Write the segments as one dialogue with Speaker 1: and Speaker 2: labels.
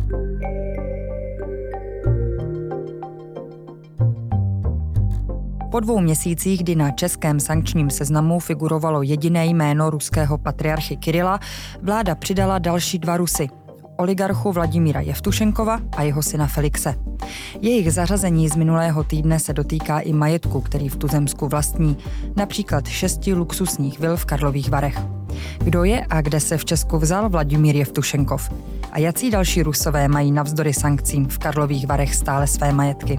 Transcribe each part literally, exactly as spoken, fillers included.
Speaker 1: Po dvou měsících, kdy na českém sankčním seznamu figurovalo jediné jméno ruského patriarchy Kirila, vláda přidala další dva Rusy. Oligarchu Vladimíra Jevtušenkova a jeho syna Felixe. Jejich zařazení z minulého týdne se dotýká i majetku, který v tuzemsku vlastní, například šesti luxusních vil v Karlových Varech. Kdo je a kde se v Česku vzal Vladimír Jevtušenkov? A jací další Rusové mají navzdory sankcím v Karlových Varech stále své majetky?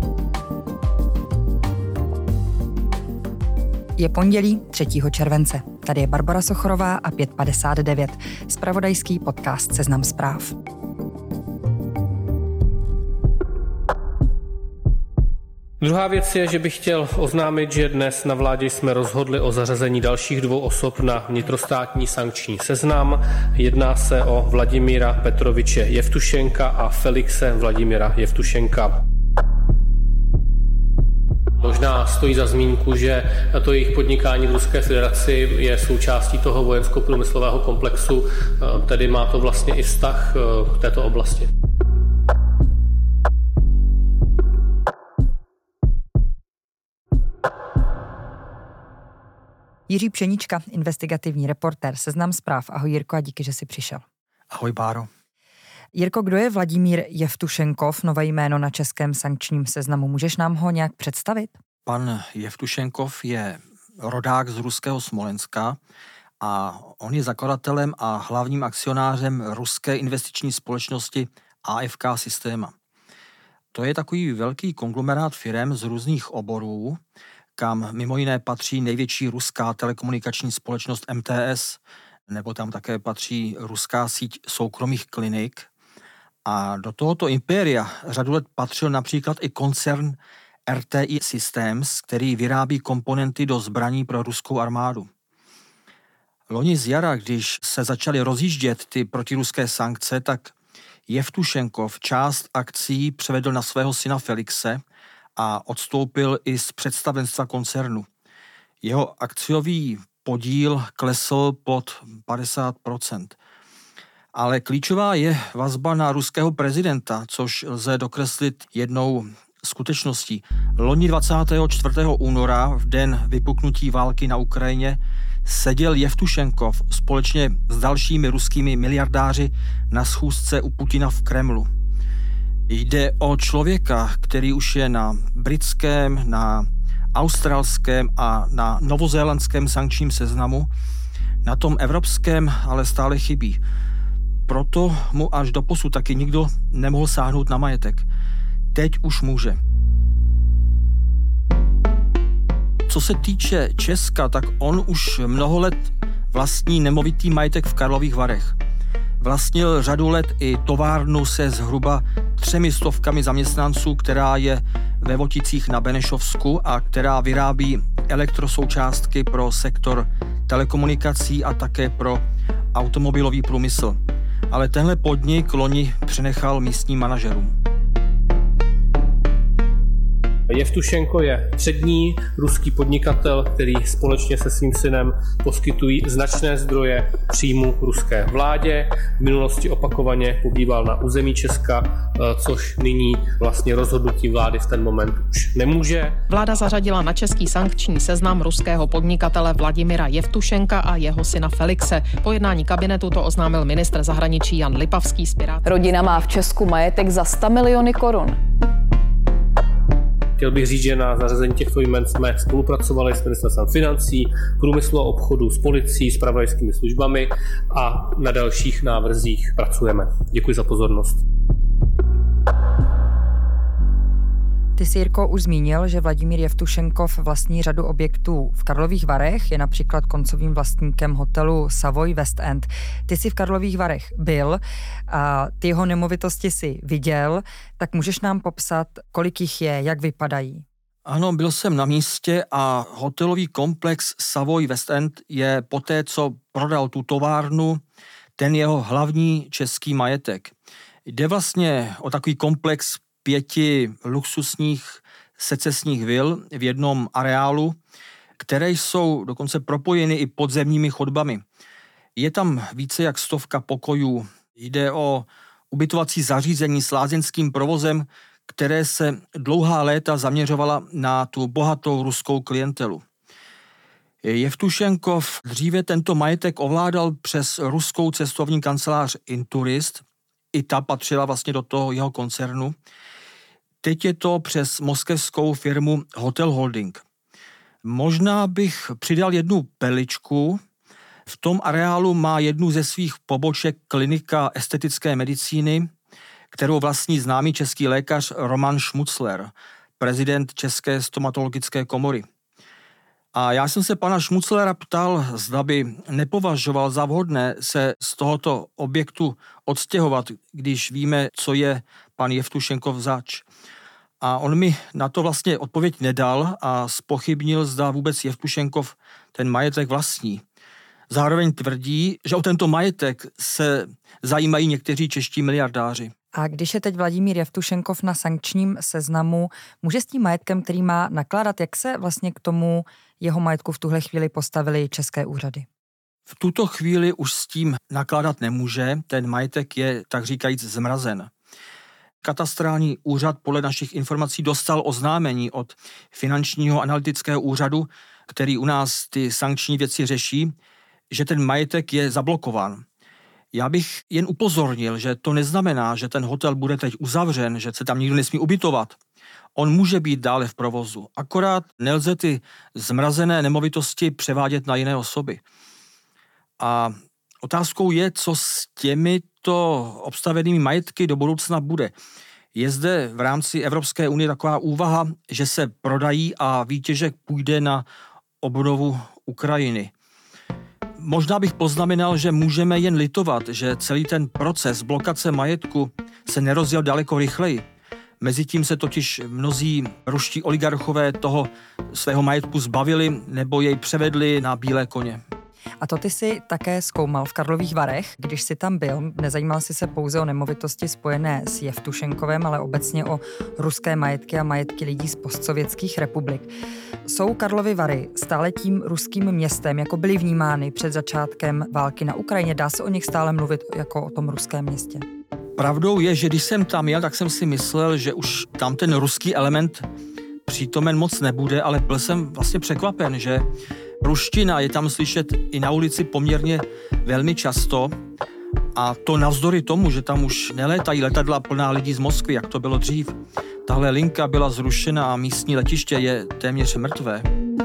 Speaker 1: Je pondělí třetího července. Tady je Barbora Sochorová a pět padesát devět, zpravodajský podcast Seznam zpráv.
Speaker 2: Druhá věc je, že bych chtěl oznámit, že dnes na vládě jsme rozhodli o zařazení dalších dvou osob na vnitrostátní sankční seznam. Jedná se o Vladimíra Petroviče Jevtušenka a Felixe Vladimíra Jevtušenka. Možná stojí za zmínku, že to jejich podnikání v Ruské federaci je součástí toho vojensko-průmyslového komplexu, tedy má to vlastně i vztah k této oblasti.
Speaker 1: Jiří Pšenička, investigativní reportér, Seznam zpráv. Ahoj Jirko a díky, že jsi přišel.
Speaker 3: Ahoj Báro.
Speaker 1: Jirko, kdo je Vladimír Jevtušenkov, nové jméno na českém sankčním seznamu? Můžeš nám ho nějak představit?
Speaker 3: Pan Jevtušenkov je rodák z ruského Smolenska a on je zakladatelem a hlavním akcionářem ruské investiční společnosti A F K Systema. To je takový velký konglomerát firem z různých oborů, kam mimo jiné patří největší ruská telekomunikační společnost M T S, nebo tam také patří ruská síť soukromých klinik. A do tohoto impéria řadu let patřil například i koncern R T I Systems, který vyrábí komponenty do zbraní pro ruskou armádu. Loni z jara, když se začaly rozjíždět ty protiruské sankce, tak Jevtušenkov část akcí převedl na svého syna Felixe a odstoupil i z představenstva koncernu. Jeho akciový podíl klesl pod padesát procent. Ale klíčová je vazba na ruského prezidenta, což lze dokreslit jednou skutečností. Loni dvacátého čtvrtého února, v den vypuknutí války na Ukrajině, seděl Jevtušenkov společně s dalšími ruskými miliardáři na schůzce u Putina v Kremlu. Jde o člověka, který už je na britském, na australském a na novozélandském sankčním seznamu, na tom evropském ale stále chybí. Proto mu až doposud taky nikdo nemohl sáhnout na majetek. Teď už může. Co se týče Česka, tak on už mnoho let vlastní nemovitý majetek v Karlových Varech. Vlastnil řadu let i továrnu se zhruba třemi stovkami zaměstnanců, která je ve Voticích na Benešovsku a která vyrábí elektrosoučástky pro sektor telekomunikací a také pro automobilový průmysl. Ale tenhle podnik loni přenechal místním manažerům.
Speaker 2: Jevtušenko je přední ruský podnikatel, který společně se svým synem poskytují značné zdroje příjmu ruské vládě. V minulosti opakovaně pobýval na území Česka, což nyní vlastně rozhodnutí vlády v ten moment už nemůže.
Speaker 4: Vláda zařadila na český sankční seznam ruského podnikatele Vladimíra Jevtušenka a jeho syna Felixe. Po jednání kabinetu to oznámil ministr zahraničí Jan Lipavský z Pirátů.
Speaker 5: Rodina má v Česku majetek za sto miliony korun.
Speaker 2: Chtěl bych říct, že na zařazení těchto jmen jsme spolupracovali s ministerstvem financí, průmyslu a obchodu, s policií, s zpravodajskými službami a na dalších návrzích pracujeme. Děkuji za pozornost.
Speaker 1: Ty jsi, Jirko, už zmínil, že Vladimír Jevtušenkov vlastní řadu objektů v Karlových Varech, je například koncovým vlastníkem hotelu Savoy West End. Ty jsi v Karlových Varech byl a ty jeho nemovitosti si viděl, tak můžeš nám popsat, kolik jich je, jak vypadají?
Speaker 3: Ano, byl jsem na místě a hotelový komplex Savoy West End je poté, co prodal tu továrnu, ten jeho hlavní český majetek. Jde vlastně o takový komplex pěti luxusních secesních vil v jednom areálu, které jsou dokonce propojeny i podzemními chodbami. Je tam více jak stovka pokojů. Jde o ubytovací zařízení s lázeňským provozem, které se dlouhá léta zaměřovala na tu bohatou ruskou klientelu. Jevtušenkov dříve tento majetek ovládal přes ruskou cestovní kancelář Inturist, i ta patřila vlastně do toho jeho koncernu. Teď je to přes moskevskou firmu Hotel Holding. Možná bych přidal jednu perličku. V tom areálu má jednu ze svých poboček klinika estetické medicíny, kterou vlastní známý český lékař Roman Šmucler, prezident České stomatologické komory. A já jsem se pana Šmuclera ptal, zda by nepovažoval za vhodné se z tohoto objektu odstěhovat, když víme, co je pan Jevtušenkov zač. A on mi na to vlastně odpověď nedal a zpochybnil, zda vůbec Jevtušenkov ten majetek vlastní. Zároveň tvrdí, že o tento majetek se zajímají někteří čeští miliardáři.
Speaker 1: A když je teď Vladimír Jevtušenkov na sankčním seznamu, může s tím majetkem, který má nakládat, jak se vlastně k tomu jeho majetku v tuhle chvíli postavily české úřady?
Speaker 3: V tuto chvíli už s tím nakládat nemůže, ten majetek je tak říkajíc zmrazen. Katastrální úřad podle našich informací dostal oznámení od Finančního analytického úřadu, který u nás ty sankční věci řeší, že ten majetek je zablokován. Já bych jen upozornil, že to neznamená, že ten hotel bude teď uzavřen, že se tam nikdo nesmí ubytovat. On může být dále v provozu, akorát nelze ty zmrazené nemovitosti převádět na jiné osoby. A otázkou je, co s těmito obstavenými majetky do budoucna bude. Je zde v rámci Evropské unie taková úvaha, že se prodají a výtěžek půjde na obnovu Ukrajiny. Možná bych poznamenal, že můžeme jen litovat, že celý ten proces blokace majetku se nerozjel daleko rychleji. Mezitím se totiž mnozí ruští oligarchové toho svého majetku zbavili nebo jej převedli na bílé koně.
Speaker 1: A to ty si také zkoumal v Karlových Varech, když jsi tam byl. Nezajímal jsi se pouze o nemovitosti spojené s Jevtušenkovem, ale obecně o ruské majetky a majetky lidí z postsovětských republik. Jsou Karlovy Vary stále tím ruským městem, jako byly vnímány před začátkem války na Ukrajině? Dá se o nich stále mluvit jako o tom ruském městě?
Speaker 3: Pravdou je, že když jsem tam jel, tak jsem si myslel, že už tam ten ruský element přítomen moc nebude, ale byl jsem vlastně překvapen, že ruština je tam slyšet i na ulici poměrně velmi často a to navzdory tomu, že tam už nelétají letadla plná lidí z Moskvy, jak to bylo dřív. Tahle linka byla zrušena a místní letiště je téměř mrtvé.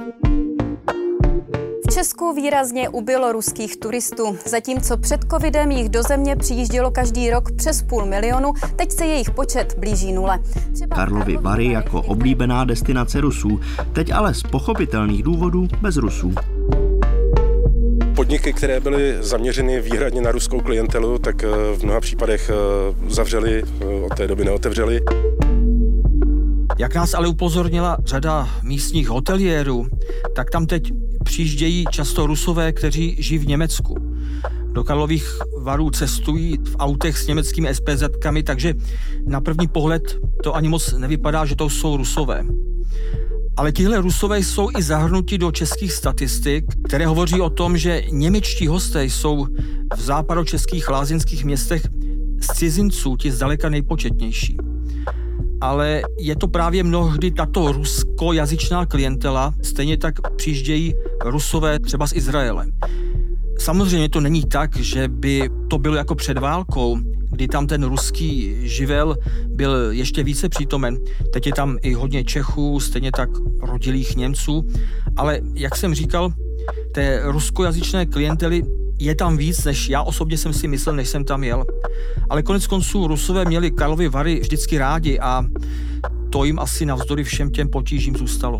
Speaker 6: V Česku výrazně ubylo ruských turistů. Zatímco před covidem jich do země přijíždělo každý rok přes půl milionu, teď se jejich počet blíží nule.
Speaker 7: Třeba Karlovy Vary jako oblíbená destinace Rusů, teď ale z pochopitelných důvodů bez Rusů.
Speaker 8: Podniky, které byly zaměřeny výhradně na ruskou klientelu, tak v mnoha případech zavřely, od té doby neotevřely.
Speaker 3: Jak nás ale upozornila řada místních hoteliérů, tak tam teď přijíždějí často Rusové, kteří žijí v Německu. Do Karlových Varů cestují v autech s německými es pé zetkami, takže na první pohled to ani moc nevypadá, že to jsou Rusové. Ale tihle Rusové jsou i zahrnuti do českých statistik, které hovoří o tom, že němečtí hosté jsou v západočeských lázeňských městech z cizinců ti zdaleka nejpočetnější. Ale je to právě mnohdy tato ruskojazyčná klientela, stejně tak přijíždějí Rusové třeba z Izraele. Samozřejmě to není tak, že by to bylo jako před válkou, kdy tam ten ruský živel byl ještě více přítomen. Teď je tam i hodně Čechů, stejně tak rodilých Němců, ale jak jsem říkal, té ruskojazyčné klientely je tam víc, než já osobně jsem si myslel, než jsem tam jel. Ale konec konců Rusové měli Karlovy Vary vždycky rádi a to jim asi navzdory všem těm potížím zůstalo.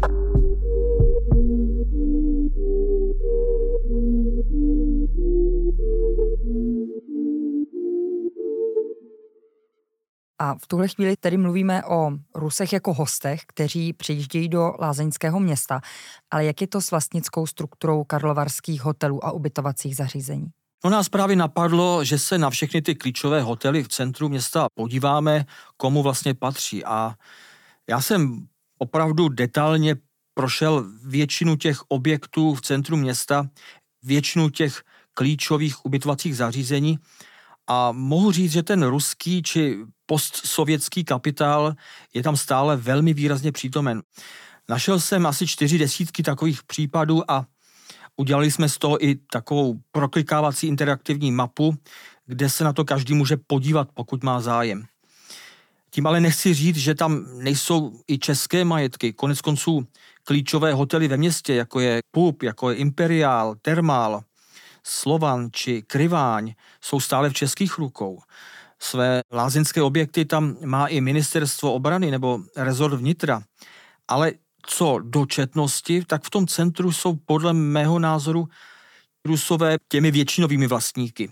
Speaker 1: A v tuhle chvíli tedy mluvíme o Rusech jako hostech, kteří přijíždějí do lázeňského města. Ale jak je to s vlastnickou strukturou karlovarských hotelů a ubytovacích zařízení?
Speaker 3: No nás právě napadlo, že se na všechny ty klíčové hotely v centru města podíváme, komu vlastně patří. A já jsem opravdu detailně prošel většinu těch objektů v centru města, většinu těch klíčových ubytovacích zařízení A mohu říct, že ten ruský či postsovětský kapitál je tam stále velmi výrazně přítomen. Našel jsem asi čtyři desítky takových případů a udělali jsme z toho i takovou proklikávací interaktivní mapu, kde se na to každý může podívat, pokud má zájem. Tím ale nechci říct, že tam nejsou i české majetky. Konec konců klíčové hotely ve městě, jako je Pub, jako je Imperial, Thermal, Slovan či Kryváň, jsou stále v českých rukou. Své lázeňské objekty tam má i ministerstvo obrany nebo rezort vnitra. Ale co do četnosti, tak v tom centru jsou podle mého názoru Rusové těmi většinovými vlastníky.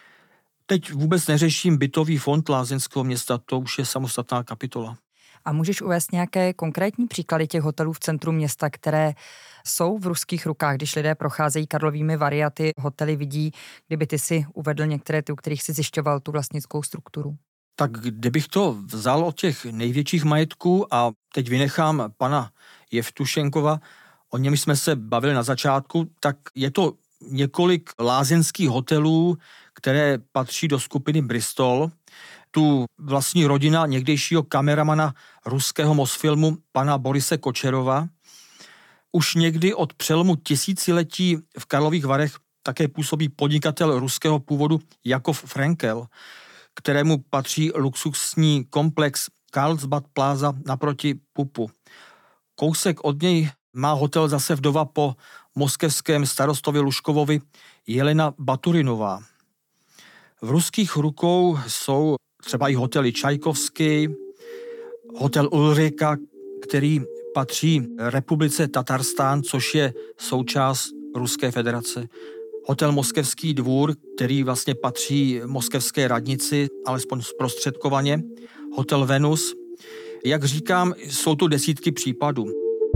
Speaker 3: Teď vůbec neřeším bytový fond lázeňského města, to už je samostatná kapitola.
Speaker 1: A můžeš uvést nějaké konkrétní příklady těch hotelů v centru města, které jsou v ruských rukách, když lidé procházejí Karlovými Vary a ty hotely vidí, kdyby ty si uvedl některé ty, u kterých si zjišťoval tu vlastnickou strukturu?
Speaker 3: Tak kdybych to vzal od těch největších majetků a teď vynechám pana Jevtušenkova, o něm jsme se bavili na začátku, tak je to několik lázeňských hotelů, které patří do skupiny Bristol. Tu vlastní rodina někdejšího kameramana ruského Mosfilmu, pana Borise Kočerova. Už někdy od přelomu tisíciletí v Karlových Varech také působí podnikatel ruského původu Jakov Frenkel, kterému patří luxusní komplex Carlsbad Plaza naproti Pubu. Kousek od něj má hotel zase vdova po moskevském starostovi Luškovovi Jelena Baturinová. V ruských rukou jsou třeba i hotely Čajkovský, hotel Ulrika, který patří republice Tatarstán, což je součást Ruské federace. Hotel Moskevský dvůr, který vlastně patří moskevské radnici, alespoň zprostředkovaně. Hotel Venus. Jak říkám, jsou tu desítky případů.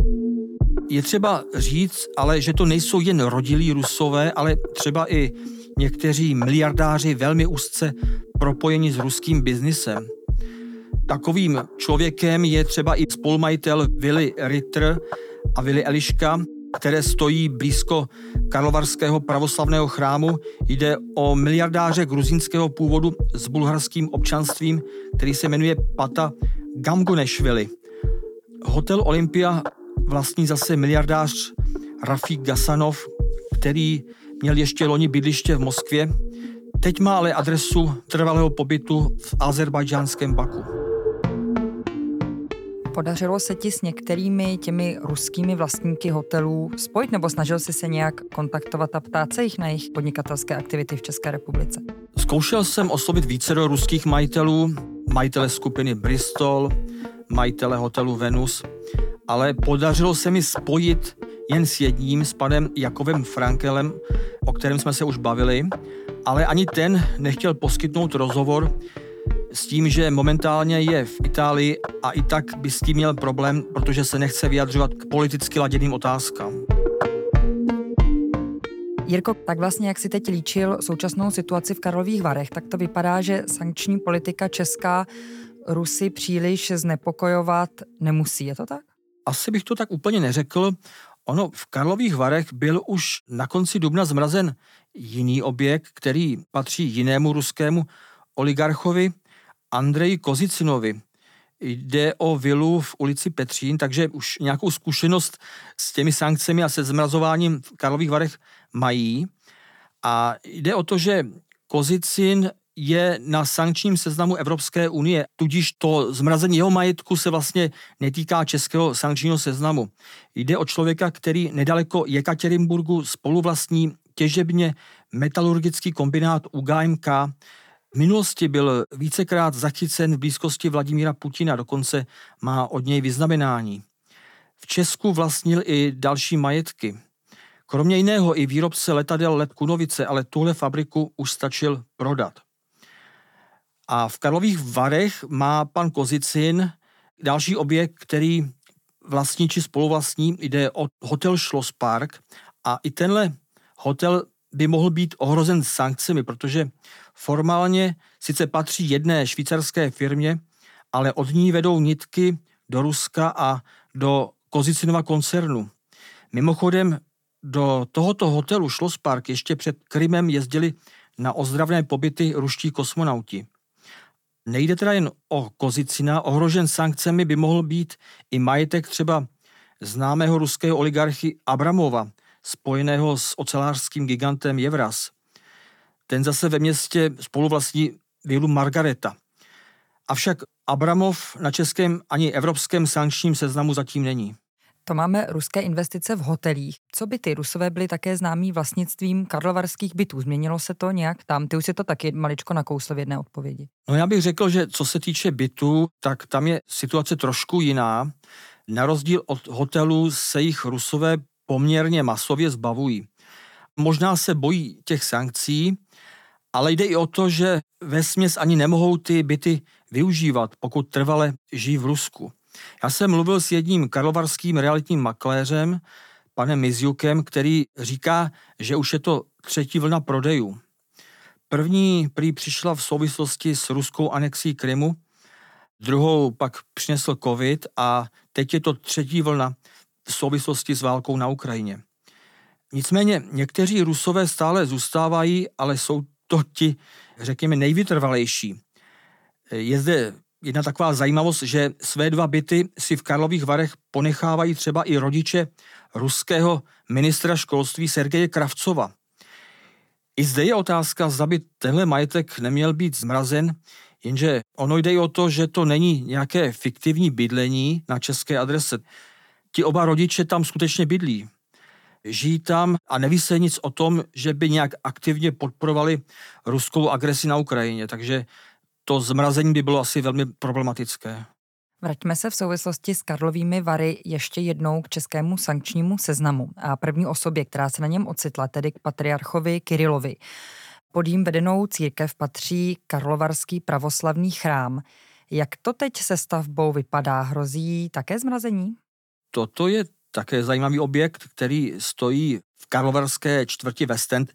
Speaker 3: Je třeba říct, ale že to nejsou jen rodilí Rusové, ale třeba i někteří miliardáři velmi úzce propojeni s ruským biznisem. Takovým člověkem je třeba i spolumajitel Willy Ritter a Willy Eliška, které stojí blízko Karlovarského pravoslavného chrámu. Jde o miliardáře gruzínského původu s bulharským občanstvím, který se jmenuje Pata Gamgunešvili. Hotel Olympia vlastní zase miliardář Rafik Gasanov, který měl ještě loni bydliště v Moskvě. Teď má ale adresu trvalého pobytu v azerbajdžánském Baku.
Speaker 1: Podařilo se ti s některými těmi ruskými vlastníky hotelů spojit, nebo snažil jsi se nějak kontaktovat a ptát se jich na jejich podnikatelské aktivity v České republice?
Speaker 3: Zkoušel jsem oslovit vícero ruských majitelů, majitele skupiny Bristol, majitele hotelu Venus, ale podařilo se mi spojit jen s jedním, s panem Jakovem Frankelem, o kterém jsme se už bavili, ale ani ten nechtěl poskytnout rozhovor s tím, že momentálně je v Itálii a i tak by s tím měl problém, protože se nechce vyjadřovat k politicky laděným otázkám.
Speaker 1: Jirko, tak vlastně jak si teď líčil současnou situaci v Karlových Varech, tak to vypadá, že sankční politika česká Rusy příliš znepokojovat nemusí, je to tak?
Speaker 3: Asi bych to tak úplně neřekl. Ono v Karlových Varech byl už na konci dubna zmrazen jiný objekt, který patří jinému ruskému oligarchovi Andreji Kozicinovi. Jde o vilu v ulici Petřín, takže už nějakou zkušenost s těmi sankcemi a se zmrazováním v Karlových Varech mají. A jde o to, že Kozicin je na sankčním seznamu Evropské unie, tudíž to zmrazení jeho majetku se vlastně netýká českého sankčního seznamu. Jde o člověka, který nedaleko Jekatěrinburgu spoluvlastní těžebně metalurgický kombinát U G M K. V minulosti byl vícekrát zachycen v blízkosti Vladimíra Putina, dokonce má od něj vyznamenání. V Česku vlastnil i další majetky. Kromě jiného i výrobce letadel Let Kunovice, ale tuhle fabriku už stačil prodat. A v Karlových Varech má pan Kozicin další objekt, který vlastní či spoluvlastní, jde o hotel Schlosspark a i tenhle hotel by mohl být ohrozen sankcemi, protože formálně sice patří jedné švýcarské firmě, ale od ní vedou nitky do Ruska a do Kozicinova koncernu. Mimochodem do tohoto hotelu Schlosspark ještě před Krymem jezdili na ozdravné pobyty ruští kosmonauti. Nejde teda jen o Kozicina, ohrožen sankcemi by mohl být i majetek třeba známého ruského oligarchy Abramova, spojeného s ocelářským gigantem Evraz. Ten zase ve městě spoluvlastní vilu Margareta. Avšak Abramov na českém ani evropském sankčním seznamu zatím není.
Speaker 1: To máme ruské investice v hotelích. Co byty? Rusové byli také známí vlastnictvím karlovarských bytů. Změnilo se to nějak tam? Ty už si to taky maličko nakousl v jedné odpovědi.
Speaker 3: No já bych řekl, že co se týče bytů, tak tam je situace trošku jiná. Na rozdíl od hotelů se jich Rusové poměrně masově zbavují. Možná se bojí těch sankcí, ale jde i o to, že vesměs ani nemohou ty byty využívat, pokud trvale žijí v Rusku. Já jsem mluvil s jedním karlovarským realitním makléřem, panem Mizjukem, který říká, že už je to třetí vlna prodejů. První prý přišla v souvislosti s ruskou anexí Krymu, druhou pak přinesl covid a teď je to třetí vlna v souvislosti s válkou na Ukrajině. Nicméně někteří Rusové stále zůstávají, ale jsou to ti, řekněme, nejvytrvalejší. Je zde jedna taková zajímavost, že své dva byty si v Karlových Varech ponechávají třeba i rodiče ruského ministra školství Sergeje Kravcova. I zde je otázka, zda by tenhle majetek neměl být zmrazen, jenže ono jde i o to, že to není nějaké fiktivní bydlení na české adrese. Ti oba rodiče tam skutečně bydlí. Žijí tam a neví se nic o tom, že by nějak aktivně podporovali ruskou agresi na Ukrajině, takže to zmrazení by bylo asi velmi problematické.
Speaker 1: Vraťme se v souvislosti s Karlovými Vary ještě jednou k českému sankčnímu seznamu a první osobě, která se na něm ocitla, tedy k patriarchovi Kyrilovi. Pod jím vedenou církev patří Karlovarský pravoslavný chrám. Jak to teď se stavbou vypadá? Hrozí také zmrazení?
Speaker 3: Toto je také zajímavý objekt, který stojí v karlovarské čtvrti West End,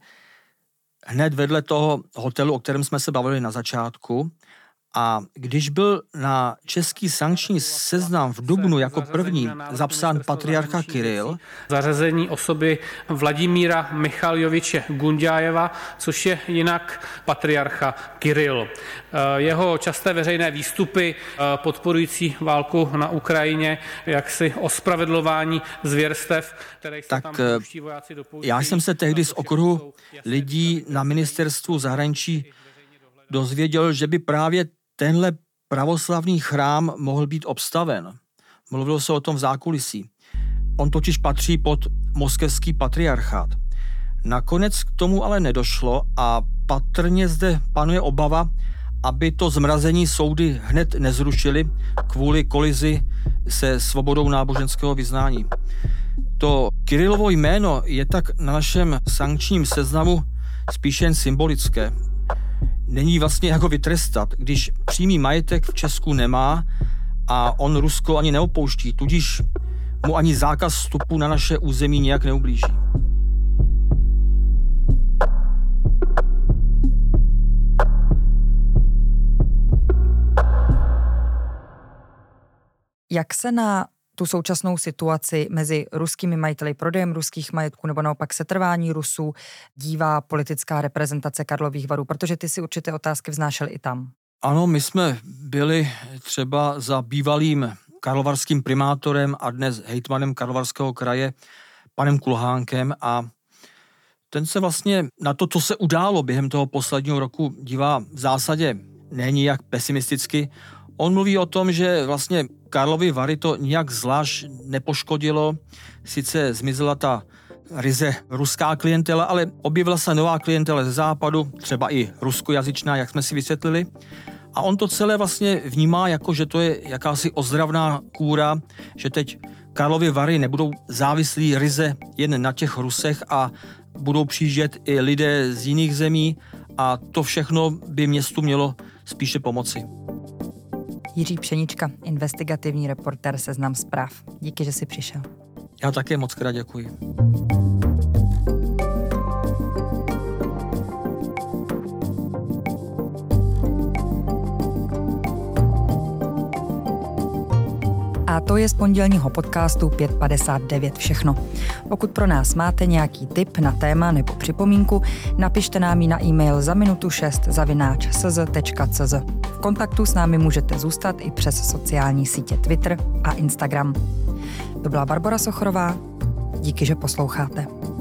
Speaker 3: hned vedle toho hotelu, o kterém jsme se bavili na začátku. A když byl na český sankční seznam v dubnu jako první zapsán patriarcha Kiril,
Speaker 2: zařazení osoby Vladimíra Michaljoviče Gunďájeva, což je jinak patriarcha Kiril. Jeho časté veřejné výstupy podporující válku na Ukrajině, jaksi ospravedlování zvěrstev, které se
Speaker 3: tak
Speaker 2: tam ruští vojáci dopouštějí.
Speaker 3: Já jsem se tehdy z okruhu lidí na ministerstvu zahraničí dozvěděl, že by právě tenhle pravoslavný chrám mohl být obstaven. Mluvilo se o tom v zákulisí. On totiž patří pod moskevský patriarchát. Nakonec k tomu ale nedošlo a patrně zde panuje obava, aby to zmrazení soudy hned nezrušily kvůli kolizi se svobodou náboženského vyznání. To Kyrilovo jméno je tak na našem sankčním seznamu spíše jen symbolické. Není vlastně jako vytrestat, když přímý majetek v Česku nemá a on Rusko ani neopouští, tudíž mu ani zákaz vstupu na naše území nějak neublíží.
Speaker 1: Jak se na tu současnou situaci mezi ruskými majiteli, prodejem ruských majetků nebo naopak setrvání Rusů dívá politická reprezentace Karlových Varů? Protože ty si určité otázky vznášel i tam.
Speaker 3: Ano, my jsme byli třeba za bývalým karlovarským primátorem a dnes hejtmanem Karlovarského kraje, panem Kulhánkem, a ten se vlastně na to, co se událo během toho posledního roku, dívá v zásadě není jak pesimisticky. On mluví o tom, že vlastně Karlovy Vary to nijak zvlášť nepoškodilo. Sice zmizela ta ryze ruská klientela, ale objevila se nová klientela ze západu, třeba i ruskojazyčná, jak jsme si vysvětlili. A on to celé vlastně vnímá jako, že to je jakási ozdravná kůra, že teď Karlovy Vary nebudou závislí ryze jen na těch Rusech a budou přijíždět i lidé z jiných zemí a to všechno by městu mělo spíše pomoci.
Speaker 1: Jiří Pšenička, investigativní reportér Seznam Zpráv. Díky, že jsi přišel.
Speaker 3: Já také moc krát děkuji.
Speaker 1: A to je z pondělního podcastu pět padesát devět všechno. Pokud pro nás máte nějaký tip na téma nebo připomínku, napište nám ji na e-mail za minutu šest zavináč s z tečka c z. V kontaktu s námi můžete zůstat i přes sociální sítě Twitter a Instagram. To byla Barbora Sochrová. Díky, že posloucháte.